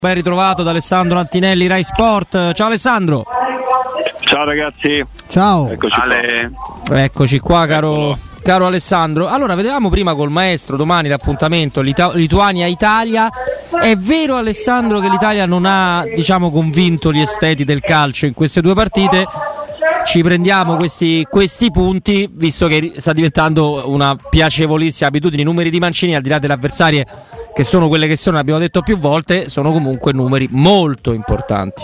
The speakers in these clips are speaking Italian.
Ben ritrovato da Alessandro Antinelli, Rai Sport. Ciao Alessandro. Ciao ragazzi. Ciao. Eccoci qua caro Alessandro. Allora, vedevamo prima col maestro domani l'appuntamento Lituania-Italia. È vero Alessandro che l'Italia non ha, convinto gli esteti del calcio in queste due partite? Ci prendiamo questi punti, visto che sta diventando una piacevolissima abitudine. I numeri di Mancini, al di là delle avversarie che sono quelle che sono, abbiamo detto più volte, sono comunque numeri molto importanti.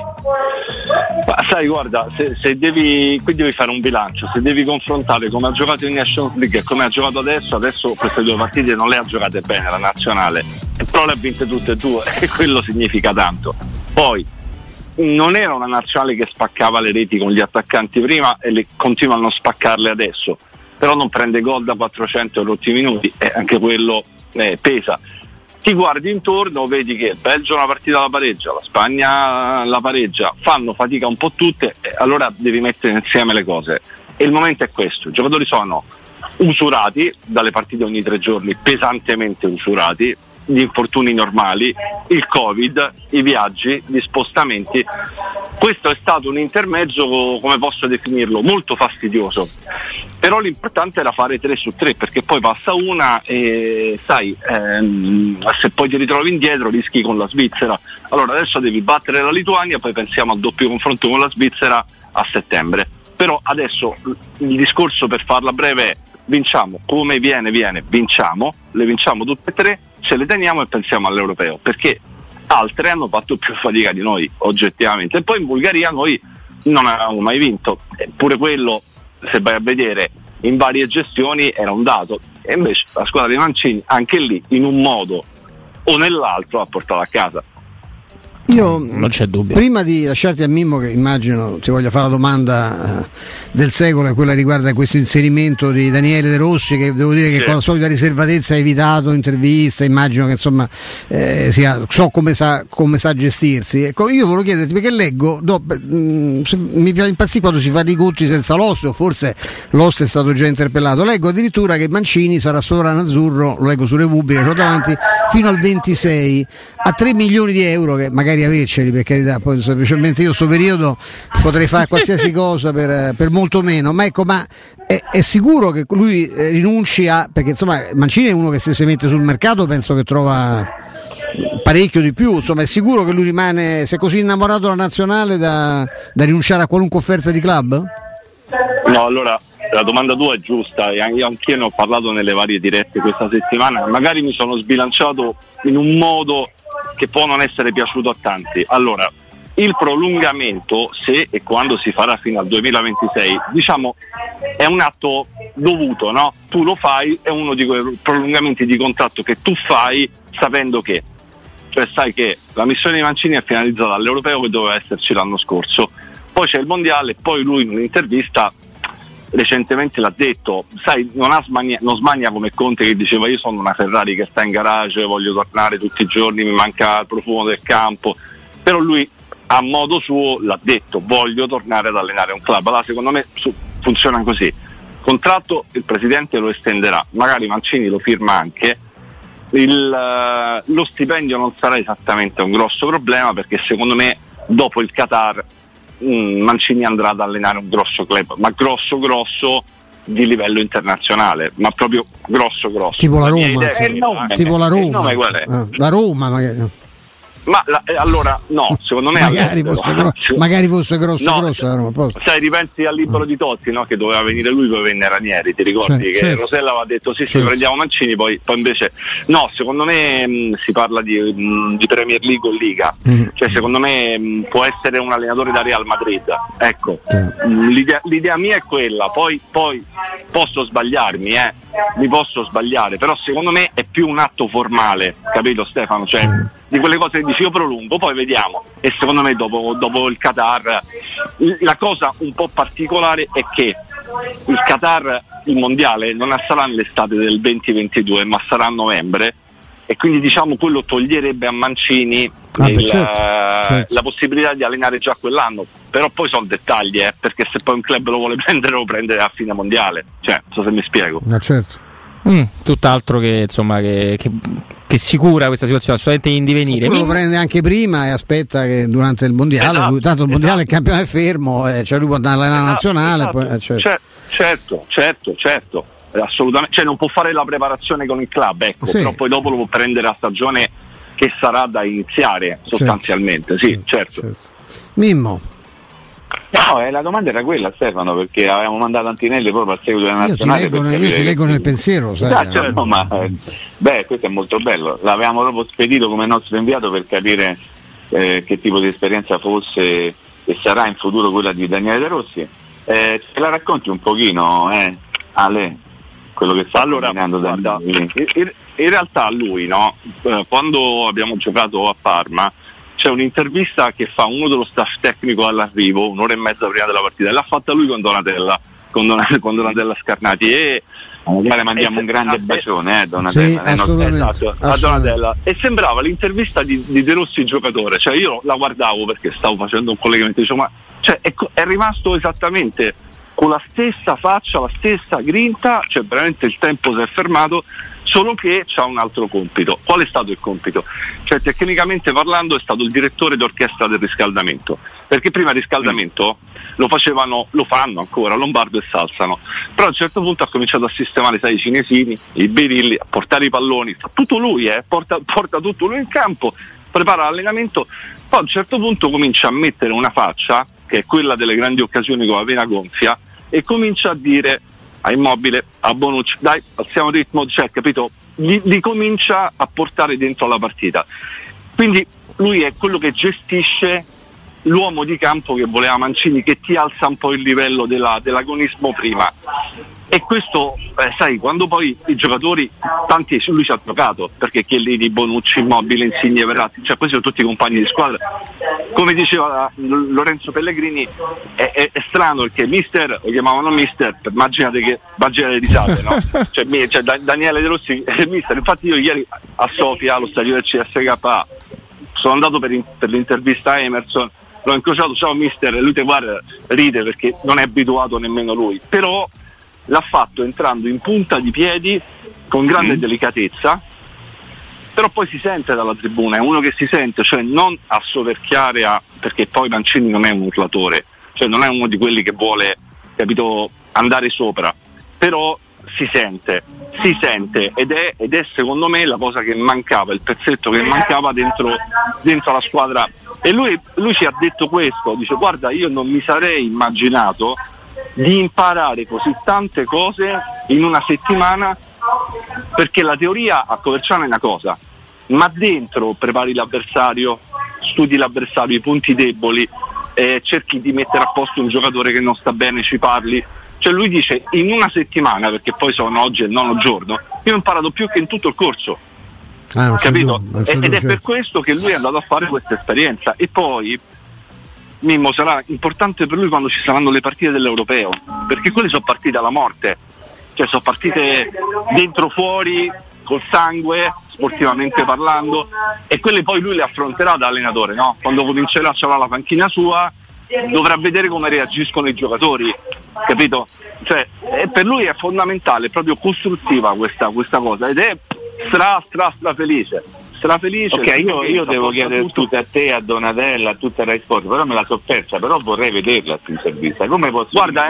Ma sai, guarda, se devi fare un bilancio, se devi confrontare come ha giocato in Nations League e come ha giocato adesso queste due partite non le ha giocate bene la nazionale, però le ha vinte tutte e due e quello significa tanto. Poi non era una nazionale che spaccava le reti con gli attaccanti prima e le continua a non spaccarle adesso, però non prende gol da 400 rotti minuti e anche quello pesa. Ti guardi intorno, vedi che il Belgio una partita la pareggia, la Spagna la pareggia, fanno fatica un po' tutte, allora devi mettere insieme le cose e il momento è questo: i giocatori sono usurati dalle partite ogni 3 giorni, pesantemente usurati, gli infortuni normali, il Covid, i viaggi, gli spostamenti. Questo è stato un intermezzo, come posso definirlo, molto fastidioso, però l'importante era fare 3 su 3, perché poi passa una e sai, se poi ti ritrovi indietro rischi con la Svizzera. Allora adesso devi battere la Lituania, poi pensiamo al doppio confronto con la Svizzera a settembre. Però adesso il discorso, per farla breve, è: vinciamo come viene, vinciamo, le vinciamo tutte e 3, ce le teniamo e pensiamo all'europeo, perché altre hanno fatto più fatica di noi oggettivamente. E poi in Bulgaria noi non avevamo mai vinto, eppure quello, se vai a vedere in varie gestioni, era un dato, e invece la squadra di Mancini anche lì in un modo o nell'altro ha portato a casa. Io non c'è dubbio. Prima di lasciarti a Mimmo, che immagino ti voglia fare la domanda del secolo, e quella riguarda questo inserimento di Daniele De Rossi, che devo dire che con la solita riservatezza ha evitato intervista, immagino che insomma so come sa gestirsi. Ecco, io volevo chiederti, perché leggo, mi fa impazzire quando si fa dei conti senza l'osso, forse l'osso è stato già interpellato. Leggo addirittura che Mancini sarà sovranazzurro, lo leggo su Repubblica, ce l'ho davanti, fino al 26 a 3 milioni di euro, che magari averceli, per carità, poi specialmente io sto periodo potrei fare qualsiasi cosa per molto meno, ma ecco, è sicuro che lui rinunci a, perché insomma Mancini è uno che se si mette sul mercato penso che trova parecchio di più, insomma è sicuro che lui rimane, se è così innamorato della nazionale, da rinunciare a qualunque offerta di club? No, allora la domanda tua è giusta, e anch'io ne ho parlato nelle varie dirette questa settimana, magari mi sono sbilanciato in un modo che può non essere piaciuto a tanti. Allora, il prolungamento, se e quando si farà fino al 2026, è un atto dovuto, no? Tu lo fai, è uno di quei prolungamenti di contratto che tu fai sapendo che, cioè sai che la missione di Mancini è finalizzata all'europeo, che doveva esserci l'anno scorso, poi c'è il mondiale, poi lui in un'intervista recentemente l'ha detto, sai, non smania come Conte, che diceva: io sono una Ferrari che sta in garage, voglio tornare tutti i giorni, mi manca il profumo del campo. Però lui a modo suo l'ha detto: voglio tornare ad allenare un club. Allora secondo me funziona così: contratto, il presidente lo estenderà, magari Mancini lo firma anche, lo stipendio non sarà esattamente un grosso problema, perché secondo me dopo il Qatar Mancini andrà ad allenare un grosso club, ma grosso di livello internazionale, ma proprio grosso, tipo la Roma, tipo la Roma, la Roma magari. Ma allora no, secondo me magari fosse grosso. Sai, ripensi al libro di Totti, no? Che doveva venire lui, poi venne Ranieri, ti ricordi? Che Rosella aveva detto sì, prendiamo Mancini, poi invece no, secondo me si parla di Premier League o Liga, cioè secondo me può essere un allenatore da Real Madrid, ecco. L'idea mia è quella, poi posso sbagliarmi, mi posso sbagliare, però secondo me è più un atto formale, capito Stefano? Cioè di quelle cose che dici io prolungo, poi vediamo. E secondo me dopo il Qatar, la cosa un po' particolare è che il Qatar, il mondiale, non sarà nell'estate del 2022, ma sarà a novembre, e quindi quello toglierebbe a Mancini la possibilità di allenare già quell'anno. Però poi sono dettagli, perché se poi un club lo vuole prendere, lo prende a fine mondiale, cioè non so se mi spiego. Certo. Tutt'altro che insomma che che sicura questa situazione, assolutamente in divenire. Lo prende anche prima e aspetta che durante il mondiale, tanto il mondiale il campione è fermo, cioè lui può andare alla nazionale. Esatto. Poi, certo, assolutamente, cioè non può fare la preparazione con il club, ecco, sì. Però poi dopo lo può prendere a stagione che sarà da iniziare sostanzialmente, certo. Mimmo. No, la domanda era quella, Stefano, perché avevamo mandato Antinelli proprio al seguito della nazionale. Io ti leggo nel pensiero, sai. Certo, ma questo è molto bello. L'avevamo proprio spedito come nostro inviato per capire che tipo di esperienza fosse e sarà in futuro quella di Daniele De Rossi. Ce la racconti un pochino, Ale, quello che sta combinando Daniele? In realtà lui, no, quando abbiamo giocato a Parma, c'è un'intervista che fa uno dello staff tecnico all'arrivo, un'ora e mezza prima della partita, e l'ha fatta lui con Donatella Scarnati, e magari mandiamo un grande bacione Donatella, assolutamente. A Donatella, e sembrava l'intervista di De Rossi giocatore, cioè io la guardavo perché stavo facendo un collegamento, dicevo, ma cioè, è rimasto esattamente con la stessa faccia, la stessa grinta, cioè veramente il tempo si è fermato, solo che c'ha un altro compito. Qual è stato il compito? Cioè tecnicamente parlando è stato il direttore d'orchestra del riscaldamento, perché prima il riscaldamento lo fanno ancora Lombardo e Salzano, però a un certo punto ha cominciato a sistemare, sai, i cinesini, i birilli, a portare i palloni, fa tutto lui, porta tutto lui in campo, prepara l'allenamento, poi a un certo punto comincia a mettere una faccia che è quella delle grandi occasioni con la vena gonfia, e comincia a dire a Immobile, a Bonucci, dai, alziamo il ritmo, cioè, capito? Li comincia a portare dentro la partita. Quindi lui è quello che gestisce l'uomo di campo che voleva Mancini, che ti alza un po' il livello dell'agonismo prima. E questo, sai, quando poi i giocatori, tanti lui ci ha giocato, perché Chiellini, Bonucci, Immobile, Insigne, Verratti, cioè questi sono tutti compagni di squadra. Come diceva Lorenzo Pellegrini, è strano perché mister, lo chiamavano mister, immaginate le risate, no? cioè Daniele De Rossi mister. Infatti io ieri a Sofia, allo stadio del CSKA, sono andato per l'intervista a Emerson, l'ho incrociato, ciao mister, e lui te guarda, ride perché non è abituato nemmeno lui, però l'ha fatto entrando in punta di piedi con grande delicatezza, però poi si sente dalla tribuna, è uno che si sente, cioè non a soverchiare, perché poi Mancini non è un urlatore, cioè non è uno di quelli che vuole, capito, andare sopra, però si sente ed è secondo me la cosa che mancava, il pezzetto che mancava dentro la squadra. E lui ci ha detto questo, dice: guarda, io non mi sarei immaginato di imparare così tante cose in una settimana, perché la teoria a Coverciano è una cosa, ma dentro prepari l'avversario, studi l'avversario, i punti deboli, cerchi di mettere a posto un giocatore che non sta bene, ci parli. Cioè lui dice: in una settimana, perché poi oggi è il 9° giorno, io ho imparato più che in tutto il corso. Capito? Ed è per questo che lui è andato a fare questa esperienza. E poi Mimmo, sarà importante per lui quando ci saranno le partite dell'Europeo, perché quelle sono partite alla morte, cioè sono partite dentro fuori, col sangue, sportivamente parlando, e quelle poi lui le affronterà da allenatore, no? Quando comincerà, c'avrà la panchina sua, dovrà vedere come reagiscono i giocatori, capito? Cioè per lui è fondamentale, è proprio costruttiva questa cosa, ed è stra felice. Ok, io devo chiedere tutto a te, a Donatella, a tutta Rai Sport, però me la so persa, però vorrei vederla questa intervista. Come posso? Guarda,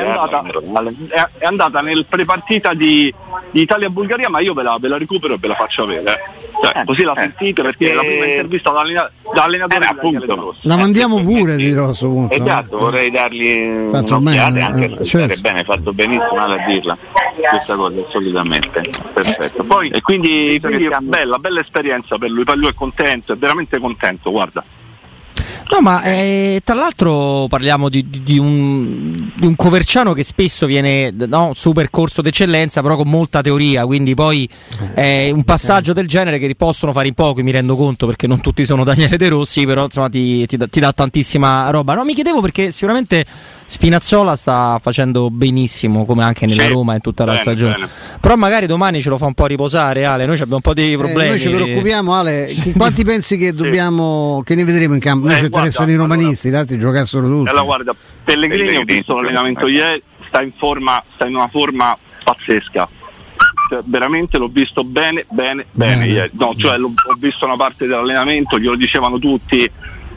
è andata nel prepartita di Italia-Bulgaria, ma io ve la recupero e ve la faccio avere. Cioè, così la sentite, perché è la prima intervista da allenatore appunto. La mandiamo pure, dirò a questo punto. Esatto, vorrei dargli un'occhiata, anche certo. Bene, fatto benissimo a dirla questa cosa, assolutamente. Perfetto. Poi, e quindi bella esperienza per lui è contento, è veramente contento, guarda. No, ma tra l'altro parliamo di un Coverciano che spesso viene su percorso d'eccellenza, però con molta teoria, quindi poi è un passaggio del genere che possono fare in pochi, mi rendo conto, perché non tutti sono Daniele De Rossi, però insomma ti dà tantissima roba. No, mi chiedevo perché sicuramente Spinazzola sta facendo benissimo, come anche nella Roma in tutta la stagione. Bene. Però magari domani ce lo fa un po' riposare, Ale, noi abbiamo un po' di problemi. Noi ci preoccupiamo, Ale, quanti pensi che dobbiamo che ne vedremo in campo? Noi ci interessano i romanisti, gli altri giocassero tutti. Allora guarda, Pellegrini ho visto l'allenamento ieri, sta in una forma pazzesca. veramente l'ho visto bene ieri. No, cioè ho visto una parte dell'allenamento, glielo dicevano tutti,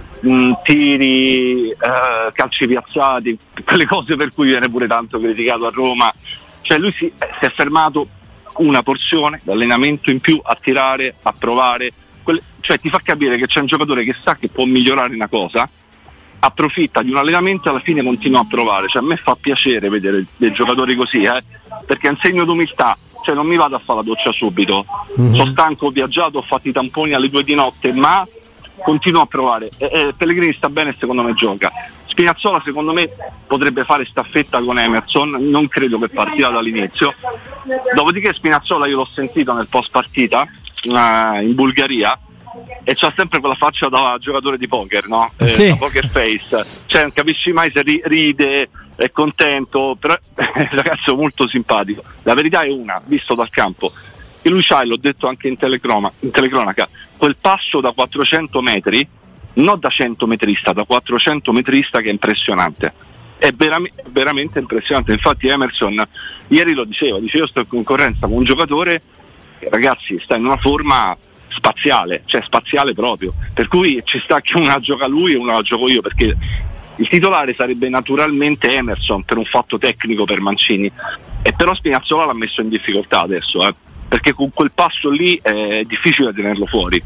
tiri, calci piazzati, quelle cose per cui viene pure tanto criticato a Roma. Cioè lui si è fermato una porzione d'allenamento in più a tirare, a provare, cioè ti fa capire che c'è un giocatore che sa che può migliorare una cosa, approfitta di un allenamento e alla fine continua a provare. Cioè a me fa piacere vedere dei giocatori così, perché è un segno d'umiltà. Cioè non mi vado a fare la doccia subito, sono stanco, ho viaggiato, ho fatto i tamponi alle 2 di notte, ma continuo a provare. Pellegrini sta bene e secondo me gioca. Spinazzola secondo me potrebbe fare staffetta con Emerson, non credo che partirà dall'inizio. Dopodiché Spinazzola io l'ho sentito nel post partita in Bulgaria e c'ha sempre quella faccia da giocatore di poker, no? Sì. Da poker face, cioè non capisci mai se ride, è contento, però è un ragazzo molto simpatico. La verità è una, visto dal campo, che lui c'ha, e l'ho detto anche in telecronaca, quel passo da 400 metri, non da 100 metrista, da 400 metrista, che è impressionante. È veramente impressionante. Infatti Emerson ieri lo diceva, io sto in concorrenza con un giocatore che, ragazzi, sta in una forma spaziale, cioè spaziale proprio, per cui ci sta che una gioca lui e una la gioco io, perché il titolare sarebbe naturalmente Emerson per un fatto tecnico per Mancini, e però Spinazzola l'ha messo in difficoltà adesso, perché con quel passo lì è difficile tenerlo fuori.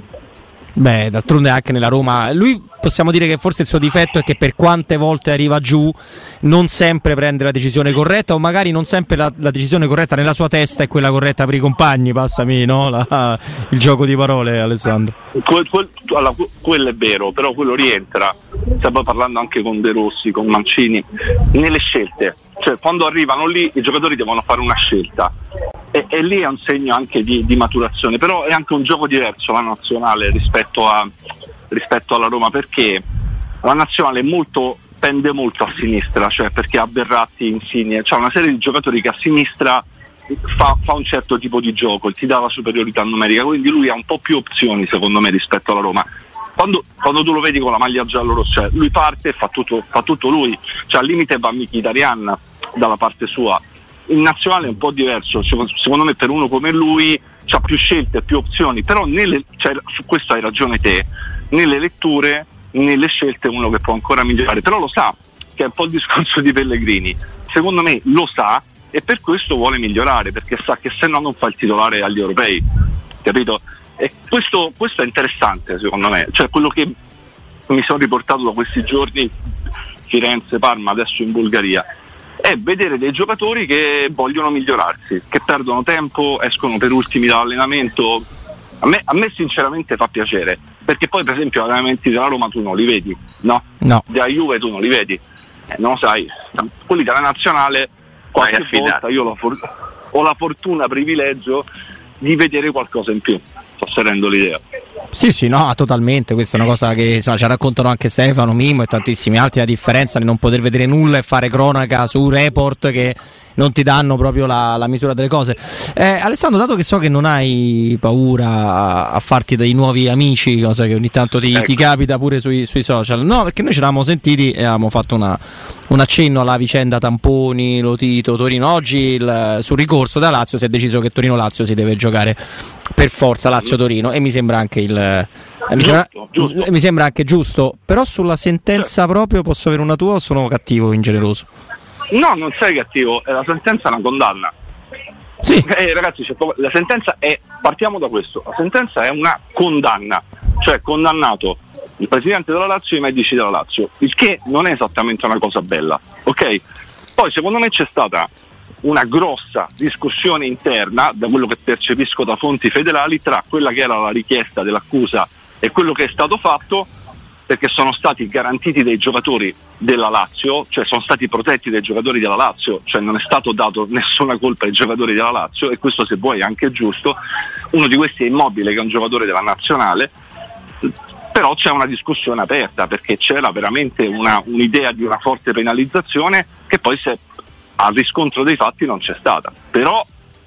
Beh, d'altronde anche nella Roma lui, possiamo dire che forse il suo difetto è che per quante volte arriva giù non sempre prende la decisione corretta, o magari non sempre la decisione corretta nella sua testa è quella corretta per i compagni, passami, no? Il gioco di parole, Alessandro. Quello è vero, però quello rientra, stiamo parlando anche con De Rossi, con Mancini, nelle scelte. Cioè quando arrivano lì i giocatori devono fare una scelta e lì è un segno anche di maturazione, però è anche un gioco diverso la nazionale rispetto alla Roma, perché la nazionale pende molto a sinistra, cioè perché ha Verratti, Insigne, c'è una serie di giocatori che a sinistra fa un certo tipo di gioco, ti dà la superiorità numerica, quindi lui ha un po' più opzioni secondo me rispetto alla Roma. Quando tu lo vedi con la maglia giallo-rossa, lui parte e fa tutto lui, cioè al limite va Mkhitaryan dalla parte sua. In nazionale è un po' diverso, secondo me per uno come lui c'ha più scelte, più opzioni, però su questo hai ragione te, nelle letture, nelle scelte uno che può ancora migliorare, però lo sa, che è un po' il discorso di Pellegrini, secondo me lo sa e per questo vuole migliorare, perché sa che se no non fa il titolare agli europei, capito? E questo è interessante secondo me, cioè quello che mi sono riportato da questi giorni, Firenze, Parma, adesso in Bulgaria, è vedere dei giocatori che vogliono migliorarsi, che perdono tempo, escono per ultimi dall'allenamento. A me sinceramente fa piacere, perché poi per esempio gli allenamenti della Roma tu non li vedi, no? Della Juve tu non li vedi, non lo sai, quelli della nazionale qualche volta io ho la fortuna, privilegio di vedere qualcosa in più. Sto serendo l'idea. Sì, no, totalmente. Questa è una cosa che ci raccontano anche Stefano, Mimmo e tantissimi altri. La differenza di non poter vedere nulla e fare cronaca su report che non ti danno proprio la misura delle cose. Alessandro, dato che so che non hai paura a farti dei nuovi amici, cosa che ogni tanto ti capita pure sui social, no? Perché noi ci eravamo sentiti e avevamo fatto un accenno alla vicenda tamponi, Lotito, Torino. Oggi sul ricorso da Lazio si è deciso che Torino-Lazio si deve giocare per forza, Lazio-Torino, e mi sembra anche giusto. Mi sembra anche giusto, però sulla sentenza proprio posso avere una tua o sono cattivo, ingeneroso? No, non sei cattivo, la sentenza è una condanna. Sì. Ragazzi, la sentenza è, partiamo da questo, la sentenza è una condanna, cioè condannato il presidente della Lazio e i medici della Lazio, il che non è esattamente una cosa bella, ok? Poi secondo me c'è stata una grossa discussione interna, da quello che percepisco da fonti federali, tra quella che era la richiesta dell'accusa e quello che è stato fatto, perché sono stati garantiti dei giocatori della Lazio, cioè sono stati protetti dai giocatori della Lazio, cioè non è stato dato nessuna colpa ai giocatori della Lazio, e questo se vuoi è anche giusto. Uno di questi è Immobile, che è un giocatore della nazionale, però c'è una discussione aperta, perché c'era veramente un'idea di una forte penalizzazione che poi al riscontro dei fatti non c'è stata. Però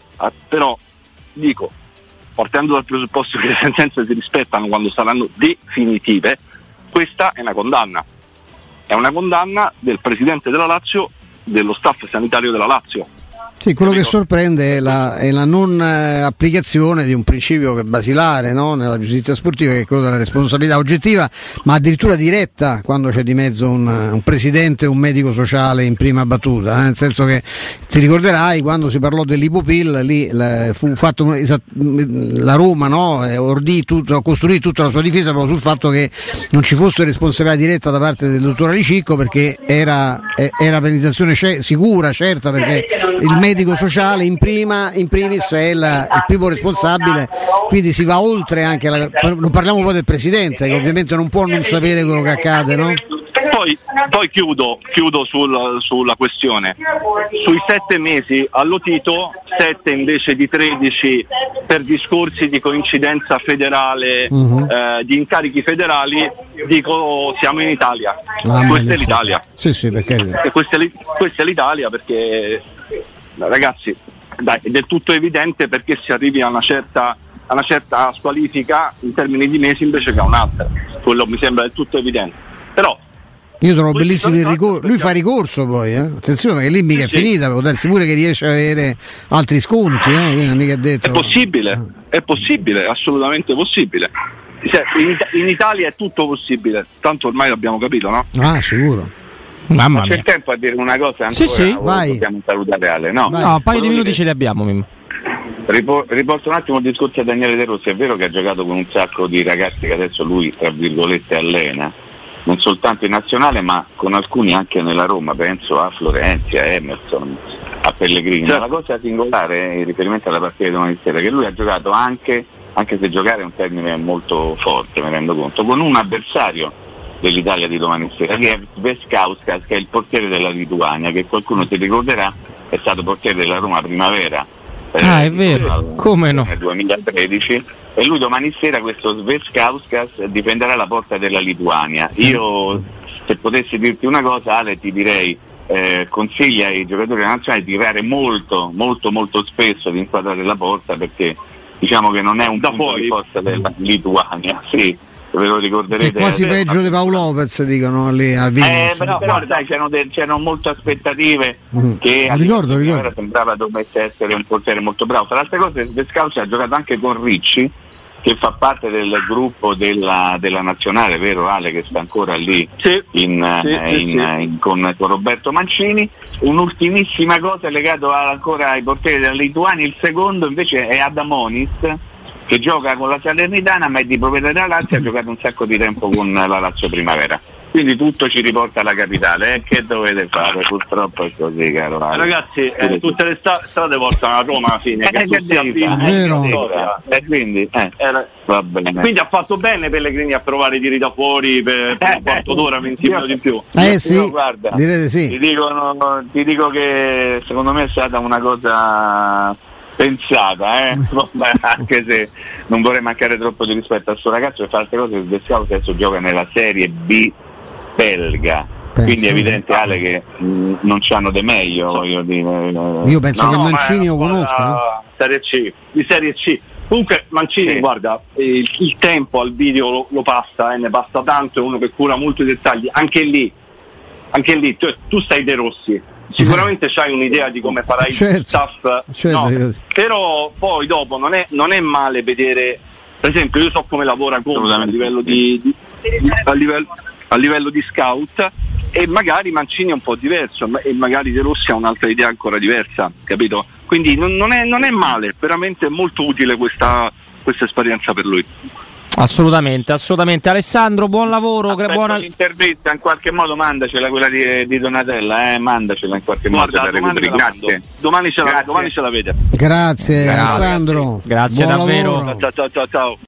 dico, partendo dal presupposto che le sentenze si rispettano quando saranno definitive, questa è una condanna del presidente della Lazio, dello staff sanitario della Lazio, Sì, quello che sorprende è la non applicazione di un principio che è basilare, no? Nella giustizia sportiva, che è quello della responsabilità oggettiva, ma addirittura diretta quando c'è di mezzo un presidente o un medico sociale in prima battuta, nel senso che ti ricorderai quando si parlò dell'Ipopil, lì fu fatto la Roma, no? Costruì tutta la sua difesa proprio sul fatto che non ci fosse responsabilità diretta da parte del dottor Alicicco, perché era penalizzazione sicura, certa, perché il medico sociale in primis è il primo responsabile, quindi si va oltre anche non parliamo poi del presidente, che ovviamente non può non sapere quello che accade, no? Poi chiudo sulla questione. Sui 7 mesi all'Otito, 7 invece di 13 per discorsi di coincidenza federale, di incarichi federali, dico siamo in Italia. Questa è l'Italia. Sì, perché questa è l'Italia, perché ragazzi, dai, è del tutto evidente perché si arrivi a una certa squalifica in termini di mesi invece che a un'altra. Quello mi sembra del tutto evidente. Però io sono bellissimo il ricorso, lui fa ricorso poi, attenzione, perché lì mica è finita, può darsi pure che riesce a avere altri sconti, non mica detto. È possibile, assolutamente possibile. In Italia è tutto possibile, tanto ormai l'abbiamo capito, no? Ah, sicuro. Mamma mia. C'è tempo a dire una cosa ancora? Sì, vai. Possiamo salutare Ale? No, un paio di minuti ce li abbiamo, Mimmo. Riporto un attimo il discorso a Daniele De Rossi. È vero che ha giocato con un sacco di ragazzi che adesso lui, tra virgolette, allena, non soltanto in nazionale ma con alcuni anche nella Roma, penso a Florenzi, a Emerson, a Pellegrini. La cosa singolare in riferimento alla partita di domani sera è che lui ha giocato anche se giocare è un termine molto forte, mi rendo conto, con un avversario dell'Italia di domani sera, che è Veskauskas, che è il portiere della Lituania, che qualcuno si ricorderà è stato portiere della Roma Primavera. È vero, come no? Nel 2013, e lui domani sera, questo Veskauskas, difenderà la porta della Lituania. Io, se potessi dirti una cosa, Ale, ti direi consiglia ai giocatori nazionali di tirare molto molto molto spesso, di inquadrare la porta, perché diciamo che non è un punto di forza della Lituania. Sì, ve lo ricorderete. È quasi peggio di Paolo Lopez, dicono lì a Vilnius. Però dai, c'erano molte aspettative che ricordo. Sembrava dovesse essere un portiere molto bravo. Tra le altre cose, Veskauskas ha giocato anche con Ricci, che fa parte del gruppo della nazionale, vero Ale, che sta ancora lì con Roberto Mancini. Un'ultimissima cosa legata ancora ai portieri della Lituania, il secondo invece è Adamonis, che gioca con la Salernitana ma è di proprietà della Lazio, ha giocato un sacco di tempo con la Lazio Primavera. Quindi tutto ci riporta alla capitale, che dovete fare? Purtroppo è così, caro Ale. Ragazzi, tutte le strade portano a Roma alla fine, quindi va bene. Quindi ha fatto bene Pellegrini a provare i tiri da fuori per un quarto d'ora, 20 minuti in più. Sì, guarda, direte sì. Ti dico che secondo me è stata una cosa pensata, anche se non vorrei mancare troppo di rispetto a sto ragazzo che fa altre cose. Il Scout adesso gioca nella Serie B belga, quindi è evidente, Ale, che non c'hanno de meglio, voglio dire. Io penso che Mancini lo conosca, di Serie C. Comunque Mancini, guarda, il tempo al video lo passa, ne passa tanto, è uno che cura molto i dettagli. Anche lì tu stai De Rossi, sicuramente c'hai un'idea di come farai il staff, però poi dopo non è male vedere, per esempio io so come lavora Conte a livello a livello di scout, e magari Mancini è un po' diverso e magari De Rossi ha un'altra idea ancora diversa, capito? Quindi non è male, veramente molto utile questa esperienza per lui. Assolutamente. Alessandro, buon lavoro. Buona l'intervista, in qualche modo mandacela quella di Donatella, mandacela in qualche modo. Grazie. Domani ce la vede. Grazie Alessandro. Grazie buon davvero. Lavoro. Ciao.